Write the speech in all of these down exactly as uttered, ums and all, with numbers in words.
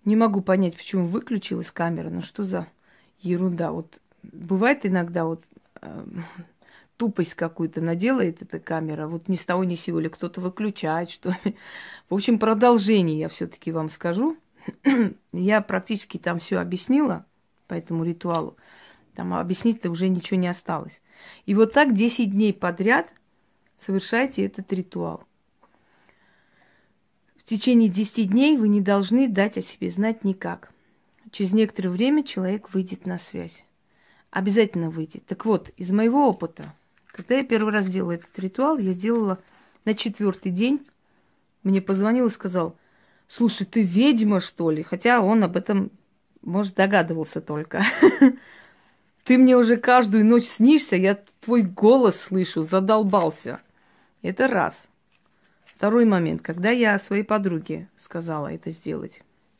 Не могу понять, почему выключилась камера. Ну что за ерунда? Вот бывает иногда вот э, тупость какую-то наделает эта камера. Вот ни с того ни с сего, или кто-то выключает, что ли. В общем, продолжение я все-таки вам скажу. Я практически там все объяснила по этому ритуалу. Там объяснить-то уже ничего не осталось. И вот так десять дней подряд совершайте этот ритуал. В течение десяти дней вы не должны дать о себе знать никак. Через некоторое время человек выйдет на связь. Обязательно выйдет. Так вот, из моего опыта, когда я первый раз делала этот ритуал, я сделала на четвертый день. Мне позвонил и сказал: слушай, ты ведьма, что ли? Хотя он об этом, может, догадывался только. Ты мне уже каждую ночь снишься, я твой голос слышу, задолбался. Это раз. Второй момент, когда я своей подруге сказала это сделать.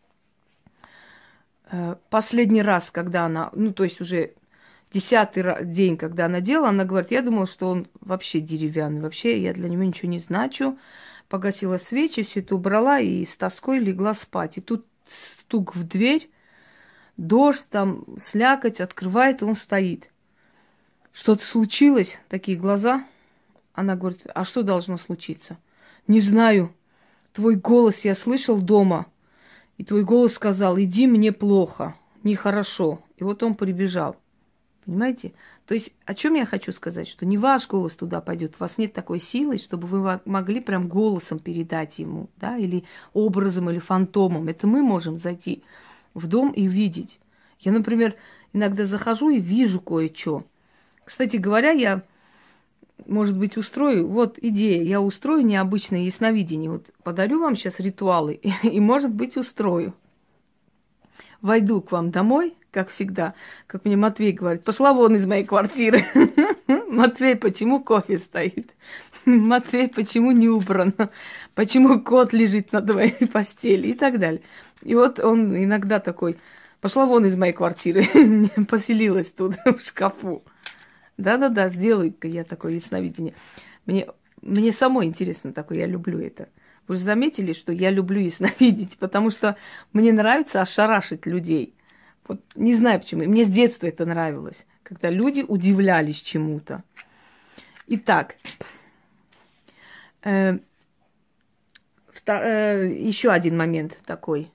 Последний раз, когда она, ну, то есть уже десятый день, когда она делала, она говорит: я думала, что он вообще деревянный, вообще я для него ничего не значу. Погасила свечи, все это убрала и с тоской легла спать. И тут стук в дверь, дождь, там слякоть, открывает, он стоит. Что-то случилось? Такие глаза. Она говорит: а что должно случиться? Не знаю. Твой голос я слышал дома. И твой голос сказал: иди, мне плохо, нехорошо. И вот он прибежал. Понимаете? То есть, о чем я хочу сказать? Что не ваш голос туда пойдет. У вас нет такой силы, чтобы вы могли прям голосом передать ему, да, или образом, или фантомом. Это мы можем зайти в дом и видеть. Я, например, иногда захожу и вижу кое-что. Кстати говоря, я, может быть, устрою, вот идея, я устрою необычное ясновидение. Вот подарю вам сейчас ритуалы и, и, может быть, устрою. Войду к вам домой, как всегда, как мне Матвей говорит: пошла вон из моей квартиры. Матвей, почему кофе стоит? Матвей, почему не убрано? Почему кот лежит на твоей постели? И так далее. И вот он иногда такой: пошла вон из моей квартиры. Поселилась тут в шкафу. Да-да-да, сделай-ка я такое ясновидение. Мне, мне самой интересно такое, я люблю это. Вы же заметили, что я люблю ясновидеть, потому что мне нравится ошарашить людей. Вот не знаю почему. Мне с детства это нравилось, когда люди удивлялись чему-то. Итак, э, э, еще один момент такой.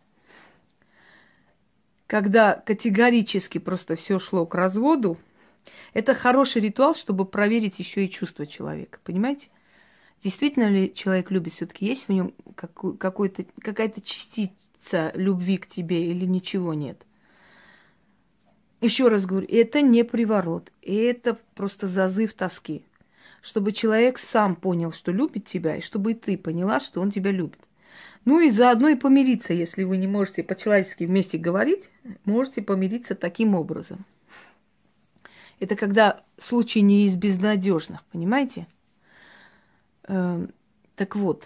Когда категорически просто все шло к разводу, это хороший ритуал, чтобы проверить еще и чувства человека. Понимаете? Действительно ли человек любит, все-таки есть в нем какой-то, какая-то частица любви к тебе или ничего нет? Еще раз говорю, это не приворот, это просто зазыв тоски. Чтобы человек сам понял, что любит тебя, и чтобы и ты поняла, что он тебя любит. Ну и заодно и помириться, если вы не можете по-человечески вместе говорить, можете помириться таким образом. Это когда случай не из безнадежных, понимаете? Э, так вот,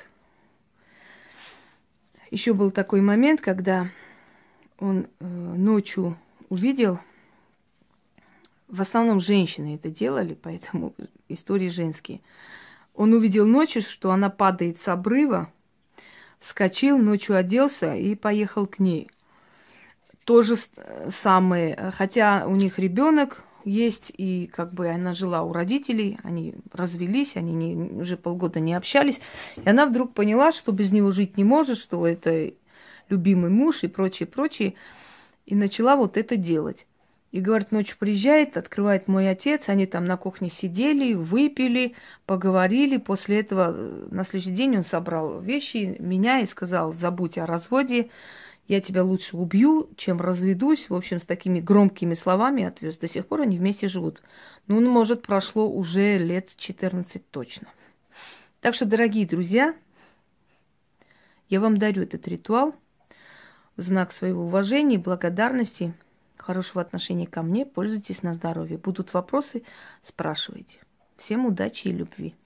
еще был такой момент, когда он э, ночью увидел, в основном женщины это делали, поэтому истории женские. Он увидел ночью, что она падает с обрыва, вскочил, ночью оделся и поехал к ней. То же самое, хотя у них ребенок есть, и как бы она жила у родителей, они развелись, они не, уже полгода не общались, и она вдруг поняла, что без него жить не может, что это любимый муж и прочее, прочее, и начала вот это делать. И, говорит, ночью приезжает, открывает мой отец, они там на кухне сидели, выпили, поговорили. После этого на следующий день он собрал вещи, меня, и сказал: забудь о разводе, я тебя лучше убью, чем разведусь. В общем, с такими громкими словами отвез. До сих пор они вместе живут. Ну, может, прошло уже лет четырнадцать точно. Так что, дорогие друзья, я вам дарю этот ритуал в знак своего уважения и благодарности, хорошего отношения ко мне. Пользуйтесь на здоровье. Будут вопросы — спрашивайте. Всем удачи и любви.